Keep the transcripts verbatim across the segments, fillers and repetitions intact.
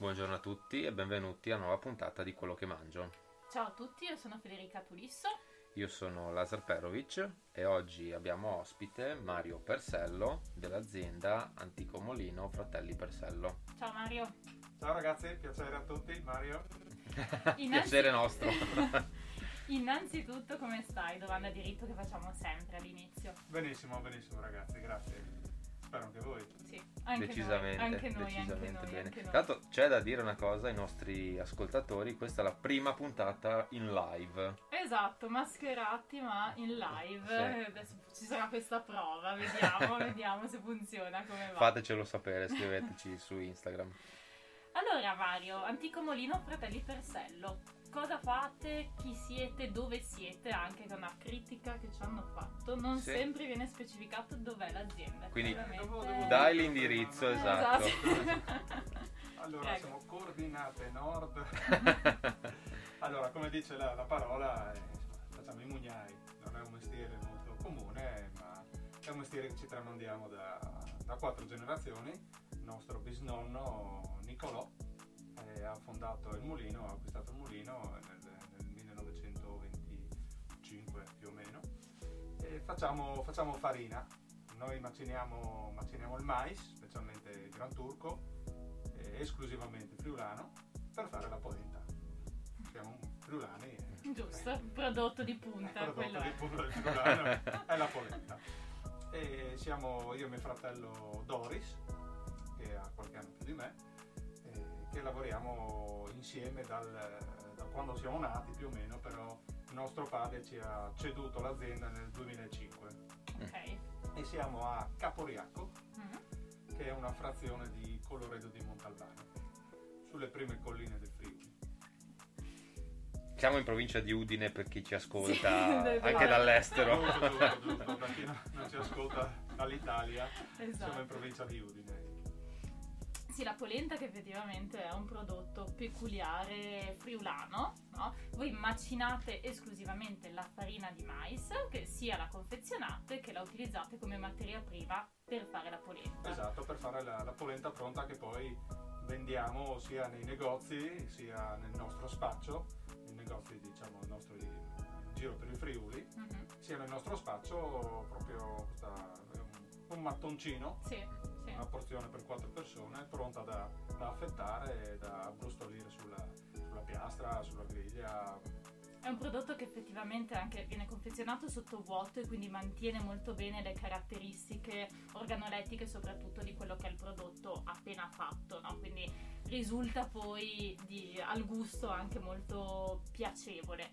Buongiorno a tutti e benvenuti a una nuova puntata di Quello che mangio. Ciao a tutti, io sono Federica Pulisso. Io sono Lazar Perovic e oggi abbiamo ospite Mario Persello dell'azienda Antico Molino Fratelli Persello. Ciao Mario. Ciao ragazzi, piacere a tutti, Mario. Innanzi... Piacere nostro. Innanzitutto come stai? Domanda di rito che facciamo sempre all'inizio. Benissimo, benissimo ragazzi, grazie. Spero anche voi. Sì, anche decisamente, noi, anche noi, decisamente anche noi, bene. anche noi. Tanto c'è da dire una cosa ai nostri ascoltatori, questa è la prima puntata in live. Esatto, mascherati ma in live. Sì. Adesso ci sarà questa prova, vediamo, vediamo se funziona, come va. Fatecelo sapere, scriveteci su Instagram. Allora Mario, Antico Molino Fratelli Persello, cosa fate, chi siete, dove siete, anche con una critica che ci hanno fatto, non Sì. sempre viene specificato dov'è l'azienda. Quindi chiaramente. devo- devo- dai l'indirizzo, esatto. Allora, Prego. siamo coordinate nord. Allora, come dice la, la parola, eh, facciamo i mugnai. Non è un mestiere molto comune, ma è un mestiere che ci tramandiamo da, da quattro generazioni. Il nostro bisnonno Nicolò eh, ha fondato il mulino, ha acquistato il mulino nel, nel millenovecentoventicinque più o meno. E facciamo, facciamo farina. Noi maciniamo, maciniamo il mais, specialmente il Gran Turco, eh, esclusivamente friulano, per fare la polenta. Siamo friulani. e- Giusto, prodotto di il punta, prodotto quello di è. punta del friulano è la polenta. E siamo io e mio fratello Doris, che ha qualche anno più di me, eh, che lavoriamo insieme dal, da quando siamo nati più o meno, però il nostro padre ci ha ceduto l'azienda nel duemilacinque. Ok. E siamo a Caporiacco, Mm. che è una frazione di Colloredo di Montalbano, sulle prime colline del Friuli. Siamo in provincia di Udine per chi ci ascolta Sì, anche dai. dall'estero. Giusto, giusto, giusto, per chi non, non ci ascolta dall'Italia, siamo in Esatto. provincia di Udine. Sì, la polenta che effettivamente è un prodotto peculiare friulano, no? Voi macinate esclusivamente la farina di mais, che sia la confezionate che la utilizzate come materia prima per fare la polenta. Esatto, per fare la, la polenta pronta che poi vendiamo sia nei negozi sia nel nostro spaccio, nei negozi diciamo il nostro in giro per il Friuli, Mhm. sia nel nostro spaccio proprio questa, un, un mattoncino, Sì, sì. una porzione per quattro persone pronta da, da affettare e da brustolire sulla, sulla piastra, sulla griglia. È un prodotto che effettivamente anche viene confezionato sotto vuoto e quindi mantiene molto bene le caratteristiche organolettiche, soprattutto di quello che è il prodotto appena fatto, no? Quindi risulta poi di- al gusto anche molto piacevole.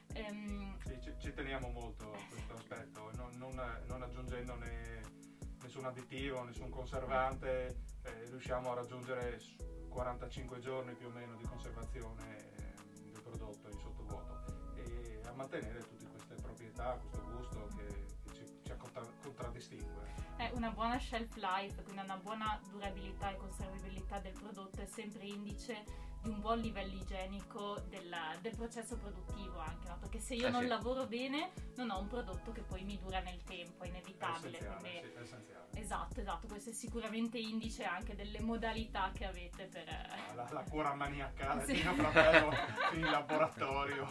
Ehm, Sì, ci, ci teniamo molto a questo aspetto, non, non, non aggiungendo né, nessun additivo, nessun conservante, eh, riusciamo a raggiungere quarantacinque giorni più o meno di conservazione eh, del prodotto in sottovuoto e a mantenere tutte queste proprietà, questo gusto che, che ci, ci contra- contraddistingue. È una buona shelf life, quindi una buona durabilità e conservabilità del prodotto è sempre indice di un buon livello igienico del, del processo produttivo anche, no? Perché se io Eh non sì. lavoro bene non ho un prodotto che poi mi dura nel tempo, è È inevitabile. essenziale, quindi- sì, è essenziale. Esatto, esatto, questo è sicuramente indice anche delle modalità che avete per... La, la cura maniacale Sì. di mio fratello in laboratorio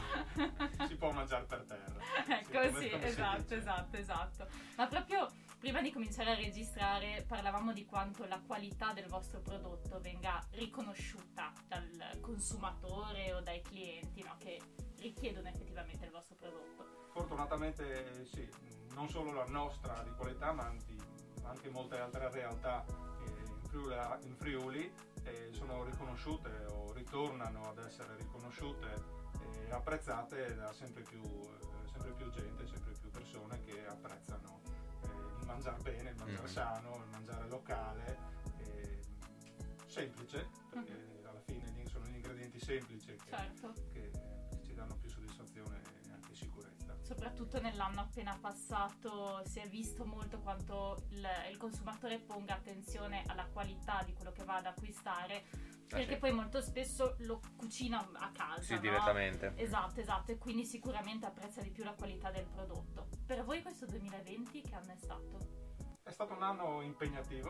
si può mangiare per terra. Ecco, come- sì, come si esatto, dice. esatto, esatto. Ma proprio prima di cominciare a registrare parlavamo di quanto la qualità del vostro prodotto venga riconosciuta dal consumatore o dai clienti, no? Che richiedono effettivamente il vostro prodotto. Fortunatamente sì, non solo la nostra di qualità, ma di- anche molte altre realtà eh, in Friuli, in Friuli eh, sono riconosciute o ritornano ad essere riconosciute e apprezzate da sempre più, eh, sempre più gente, sempre più persone che apprezzano eh, il mangiare bene, il mangiare Mhm. sano, il mangiare locale, eh, semplice, perché alla fine lì sono gli ingredienti semplici che, Certo. che ci danno più soddisfazione e anche sicurezza. Soprattutto nell'anno appena passato si è visto molto quanto il, il consumatore ponga attenzione alla qualità di quello che va ad acquistare, perché sì. poi molto spesso lo cucina a casa, Sì, no? direttamente. Esatto, esatto, e quindi sicuramente apprezza di più la qualità del prodotto. Per voi questo duemilaventi che anno è stato? È stato un anno impegnativo,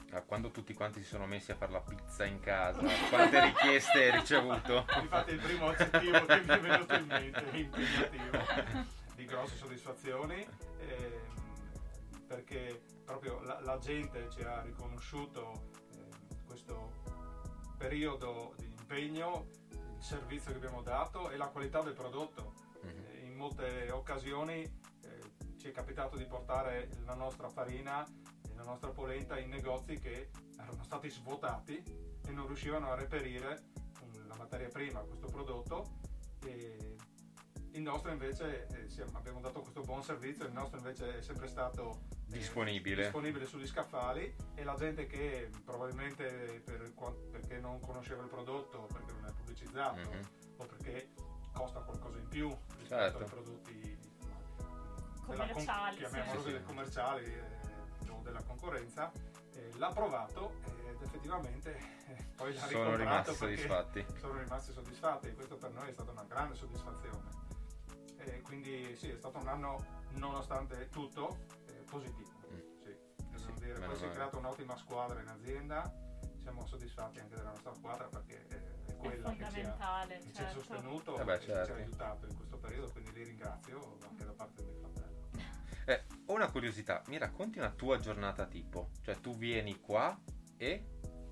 Ah, quando tutti quanti si sono messi a fare la pizza in casa, quante richieste hai ricevuto? Infatti il primo aggettivo che mi è venuto in mente è impegnativo, di grosse soddisfazioni, ehm, perché proprio la, la gente ci ha riconosciuto eh, questo periodo di impegno, il servizio che abbiamo dato e la qualità del prodotto. Mm-hmm. Eh, in molte occasioni eh, ci è capitato di portare la nostra farina, la nostra polenta in negozi che erano stati svuotati e non riuscivano a reperire la materia prima, questo prodotto, e il nostro invece eh, siamo, abbiamo dato questo buon servizio, il nostro invece è sempre stato eh, disponibile. disponibile sugli scaffali, e la gente che probabilmente per, perché non conosceva il prodotto, perché non è pubblicizzato, mm-hmm. o perché costa qualcosa in più rispetto certo. ai prodotti commerciali, della, chiamiamolo sì, sì. commerciali eh, della concorrenza, eh, l'ha provato ed effettivamente eh, poi l'ha sono rimasti perché soddisfatti sono rimasti soddisfatti e questo per noi è stata una grande soddisfazione, e quindi sì, è stato un anno nonostante tutto eh, positivo, mm. sì, sì, dire. Poi si è creata un'ottima squadra in azienda, siamo soddisfatti anche della nostra squadra perché è quella è che ci ha, che certo. ci ha sostenuto eh beh, e certo. ci ha aiutato in questo periodo, quindi li ringrazio anche da parte del mio fratello. Eh, ho una curiosità, mi racconti una tua giornata tipo? Cioè tu vieni qua e...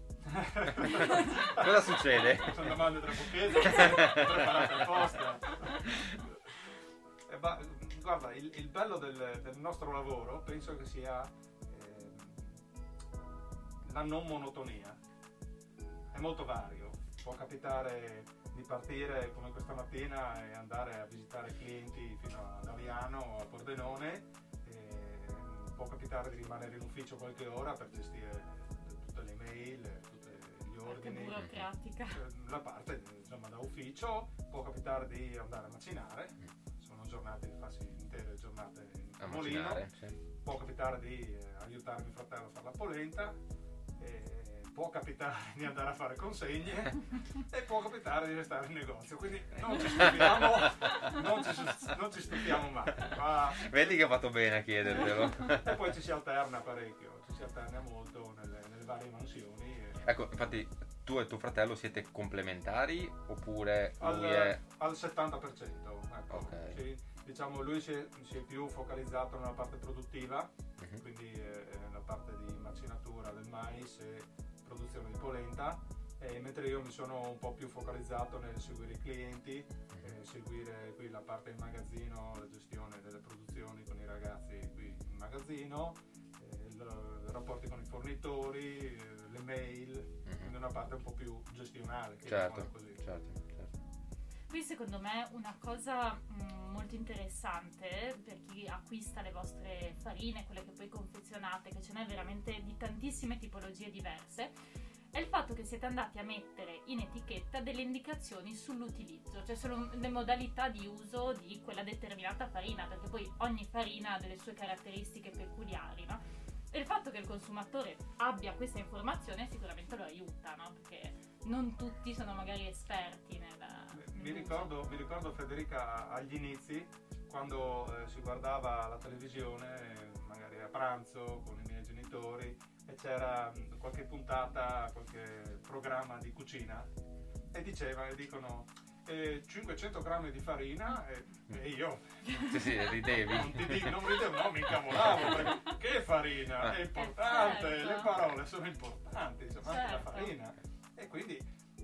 cosa succede? Sono domande trabocchetto, preparate apposta. Eh, ma, guarda, il, il bello del, del nostro lavoro penso che sia eh, la non monotonia. È molto vario, può capitare di partire come questa mattina e andare a visitare clienti fino ad Aviano o a Pordenone. Può capitare di rimanere in ufficio qualche ora per gestire tutte le mail, tutti gli ordini, burocratica. La parte insomma da ufficio. Può capitare di andare a macinare, sono giornate, farsi intere giornate in a mulino. Macinare, sì. Può capitare di eh, aiutare mio fratello a fare la polenta, e può capitare di andare a fare consegne e può capitare di restare in negozio, quindi non ci stupiamo, non ci, non ci stupiamo mai. Ma... vedi che ho fatto bene a chiedertelo. E poi ci si alterna parecchio, ci si alterna molto nelle, nelle varie mansioni. E... ecco, infatti tu e tuo fratello siete complementari oppure lui al, è... al settanta per cento, ecco. Okay. Sì, diciamo lui si è, si è più focalizzato nella parte produttiva, uh-huh. quindi eh, nella parte di macinatura del mais e produzione di polenta, eh, mentre io mi sono un po' più focalizzato nel seguire i clienti, eh, seguire qui la parte in magazzino, la gestione delle produzioni con i ragazzi qui in magazzino, eh, i rapporti con i fornitori, eh, le mail, mm-hmm. quindi una parte un po' più gestionale. Che certo, così. certo, certo. Qui secondo me una cosa mh, molto interessante per chi acquista le vostre farine, quelle che poi confezionate, che ce n'è veramente di tantissime tipologie diverse, è il fatto che siete andati a mettere in etichetta delle indicazioni sull'utilizzo, cioè sulle modalità di uso di quella determinata farina, perché poi ogni farina ha delle sue caratteristiche peculiari, no? E il fatto che il consumatore abbia questa informazione sicuramente lo aiuta, no? Perché non tutti sono magari esperti nel... Mi ricordo, mi ricordo Federica agli inizi, quando eh, si guardava la televisione, magari a pranzo con i miei genitori, e c'era qualche puntata, qualche programma di cucina, e diceva, e dicono eh, cinquecento grammi di farina, e, e io sì, sì, ridevi. Non, ti dico, non ridevo, no, mi incavolavo, perché che farina? È importante, certo. Le parole sono importanti, insomma, certo. Anche la farina. E quindi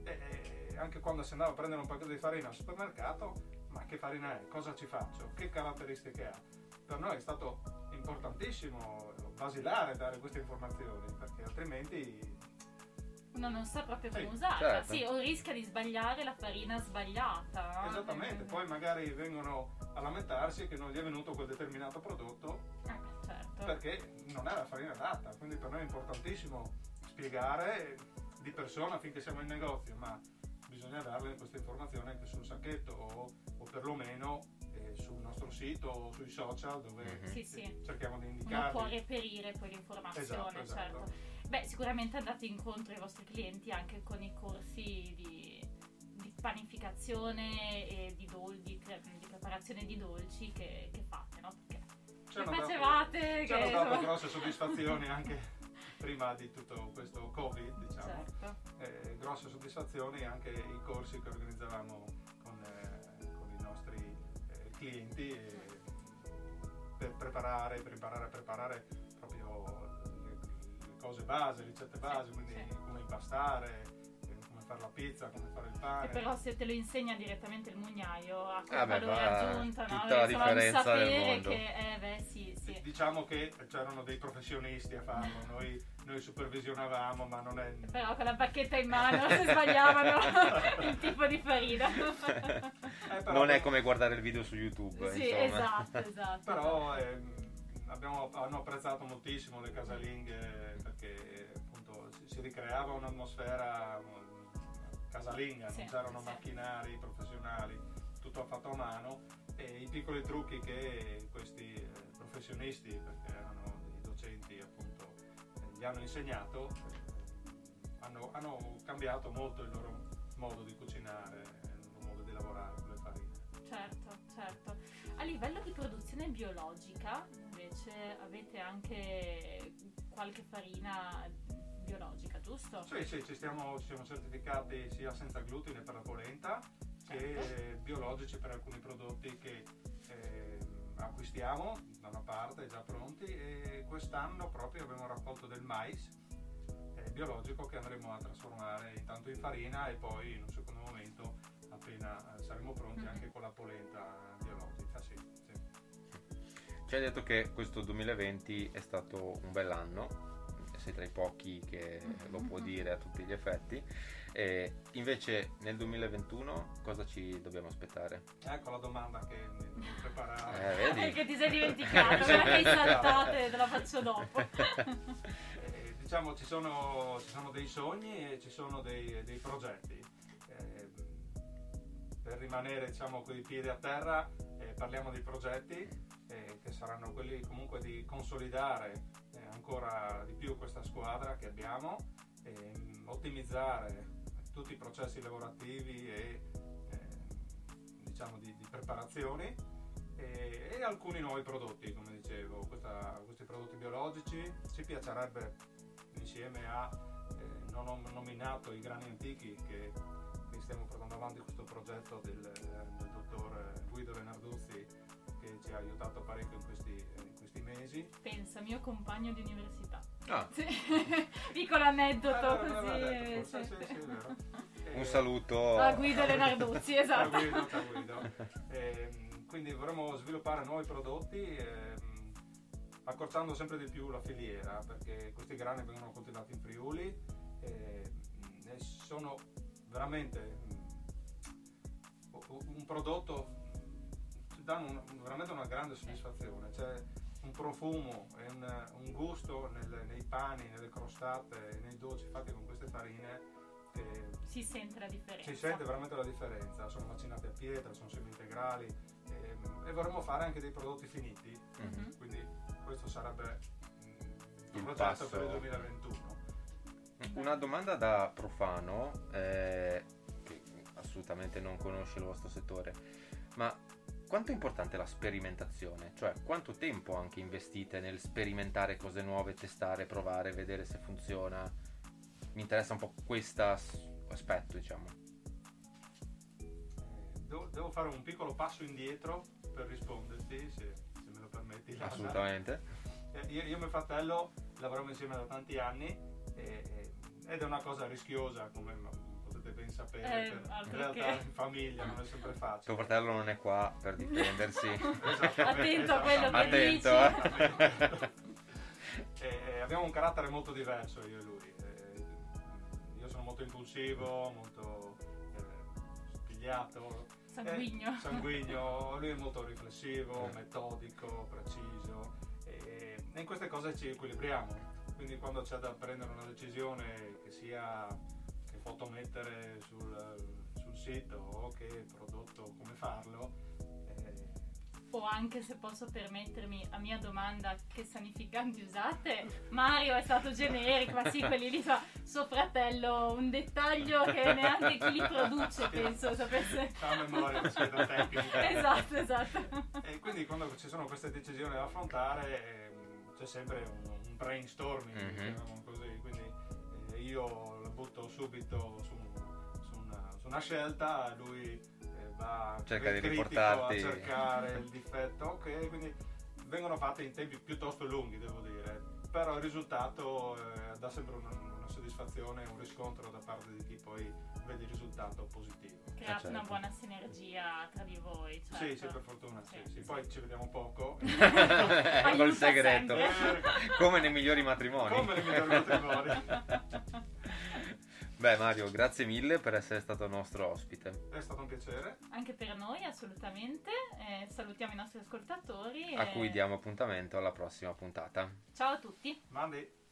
eh, anche quando si andava a prendere un pacchetto di farina al supermercato, ma che farina è? Cosa ci faccio? Che caratteristiche ha? Per noi è stato importantissimo, basilare, dare queste informazioni, perché altrimenti uno non sa proprio come sì, usarla, certo. sì, o rischia di sbagliare la farina sbagliata, no? Esattamente, poi magari vengono a lamentarsi che non gli è venuto quel determinato prodotto, eh, certo. perché non è la farina adatta. Quindi per noi è importantissimo spiegare di persona finché siamo in negozio, ma bisogna darle queste informazioni anche sul sacchetto o, o perlomeno eh, sul nostro sito o sui social, dove mm-hmm. sì, sì. cerchiamo di Uno indicare. può reperire poi l'informazione, esatto, esatto. certo. Beh, sicuramente andate incontro ai vostri clienti anche con i corsi di, di panificazione e di, dol- di, di preparazione di dolci che, che fate, no? Perché Ci le hanno facevate dato, che ci hanno dato grosse soddisfazioni anche prima di tutto questo Covid, diciamo. Certo. Eh, grosse soddisfazioni anche i corsi che organizzavamo con, eh, con i nostri eh, clienti eh, per preparare, per imparare a preparare proprio le, le cose base, le ricette base, Sì, quindi sì. come impastare, come fare la pizza, come fare il pane. E però se te lo insegna direttamente il mugnaio ha quel Ah, beh, valore fa aggiunto, no? tutta la Insomma, un differenza del sapere mondo. che, eh beh, sì, sì. Diciamo che c'erano dei professionisti a farlo, noi, noi supervisionavamo, ma non è... Però con la bacchetta in mano se sbagliavano il tipo di farina. Eh, però- Non è come guardare il video su YouTube, Sì, insomma. esatto, esatto. Però ehm, abbiamo, hanno apprezzato moltissimo le casalinghe perché appunto si, si ricreava un'atmosfera um, casalinga, Sì, non c'erano sì. macchinari professionali, tutto fatto a mano, e i piccoli trucchi che questi eh, professionisti, perché erano dei docenti appunto, eh, gli hanno insegnato, eh, hanno, hanno cambiato molto il loro modo di cucinare, il loro modo di lavorare con le farine. Certo, certo. A livello di produzione biologica, invece, avete anche qualche farina biologica, giusto? Sì, sì, ci stiamo, ci siamo certificati sia senza glutine per la polenta che Certo. biologici per alcuni prodotti che eh, acquistiamo da una parte già pronti, e quest'anno proprio abbiamo raccolto del mais eh, biologico che andremo a trasformare intanto in farina e poi in un secondo momento, appena eh, saremo pronti, Mhm. anche con la polenta biologica. Sì, sì. Ci hai detto che questo duemilaventi è stato un bell'anno, sei tra i pochi che lo può dire a tutti gli effetti, e invece nel duemilaventuno cosa ci dobbiamo aspettare? Ecco la domanda che mi devo preparare. Eh, vedi? Che ti sei dimenticato, quella che hai saltato e te la faccio dopo. Eh, diciamo ci sono, ci sono dei sogni e ci sono dei, dei progetti. Eh, per rimanere, diciamo, con i piedi a terra, eh, parliamo di progetti eh, che saranno quelli comunque di consolidare eh, ancora di più questa squadra che abbiamo, ehm, ottimizzare tutti i processi lavorativi e eh, diciamo di, di preparazioni, e, e alcuni nuovi prodotti, come dicevo, questa- questi prodotti biologici. Ci piacerebbe, insieme a eh, non ho nominato i grani antichi, che, che stiamo portando avanti questo progetto del, del dottor Guido Lenarduzzi, che ci ha aiutato parecchio in questi, in questi mesi. Pensa, mio compagno di università. Ah, Sì. Piccolo aneddoto Ah, non l'avevo così. detto, forse, sì. sì, sì, è vero. un Eh, saluto A Guido Lenarduzzi, Ciao esatto. Guido, ciao Guido. Ehm, quindi vorremmo sviluppare nuovi prodotti, ehm, accorciando sempre di più la filiera, perché questi grani vengono coltivati in Friuli ehm, e sono veramente mm, un prodotto, ci danno un- veramente una grande soddisfazione. C'è un profumo e un, un gusto nel- nei pani, nelle crostate e nei dolci fatti con queste farine che Si sente la differenza. si sente veramente la differenza. Sono macinate a pietra, sono semi integrali, ehm, e vorremmo fare anche dei prodotti finiti, Mhm. quindi questo sarebbe mm, Il un progetto passo. per il duemilaventuno. Una domanda da profano, eh, che assolutamente non conosce il vostro settore, ma quanto è importante la sperimentazione? Cioè, quanto tempo anche investite nel sperimentare cose nuove, testare, provare, vedere se funziona? Mi interessa un po' questo aspetto, diciamo. Eh, devo, devo fare un piccolo passo indietro per risponderti, se, se me lo permetti, Lana. Assolutamente. Eh, io, io e mio fratello lavoriamo insieme da tanti anni e- e- ed è una cosa rischiosa, come ma- potete ben sapere, Eh, per- in altro realtà che. in famiglia non è sempre Tuo facile. fratello non è qua per difendersi. Attento a quello che Attento, dici. eh. E- e abbiamo un carattere molto diverso, io e lui. Eh, io sono molto impulsivo, molto eh, spigliato, Sanguigno. eh, sanguigno. Lui è molto riflessivo, Eh. metodico, preciso, e, e in queste cose ci equilibriamo. Quindi quando c'è da prendere una decisione, che sia che foto mettere sul, sul sito o che prodotto, come farlo, eh, O anche, se posso permettermi, a mia domanda, che sanificanti usate? Mario è stato generico, ma sì, quelli lì fa suo fratello, un dettaglio che neanche chi li produce penso sapesse. c'ha a memoria la scheda tecnica. Esatto, esatto. E quindi quando ci sono queste decisioni da affrontare, ehm, c'è sempre un, un brainstorming, Mhm. diciamo così, quindi eh, io la butto subito su, su una, su una scelta, lui eh, va Cerca di critico riportarti- a cercare il difetto, ok, quindi vengono fatte in tempi piuttosto lunghi, devo dire, però il risultato eh, dà sempre una, una soddisfazione, un riscontro da parte di chi poi vede il risultato positivo. Create certo. una buona sinergia tra di voi. Certo. Sì, sì, per fortuna, sì, Sì, sì. sì. Poi ci vediamo poco. Ecco il Aiuta segreto. sempre. Come nei migliori matrimoni. Come nei migliori matrimoni. Beh Mario, grazie mille per essere stato nostro ospite, È stato un piacere. Anche per noi, assolutamente. Eh, salutiamo i nostri ascoltatori. a e- cui diamo appuntamento alla prossima puntata. Ciao a tutti. Mandi.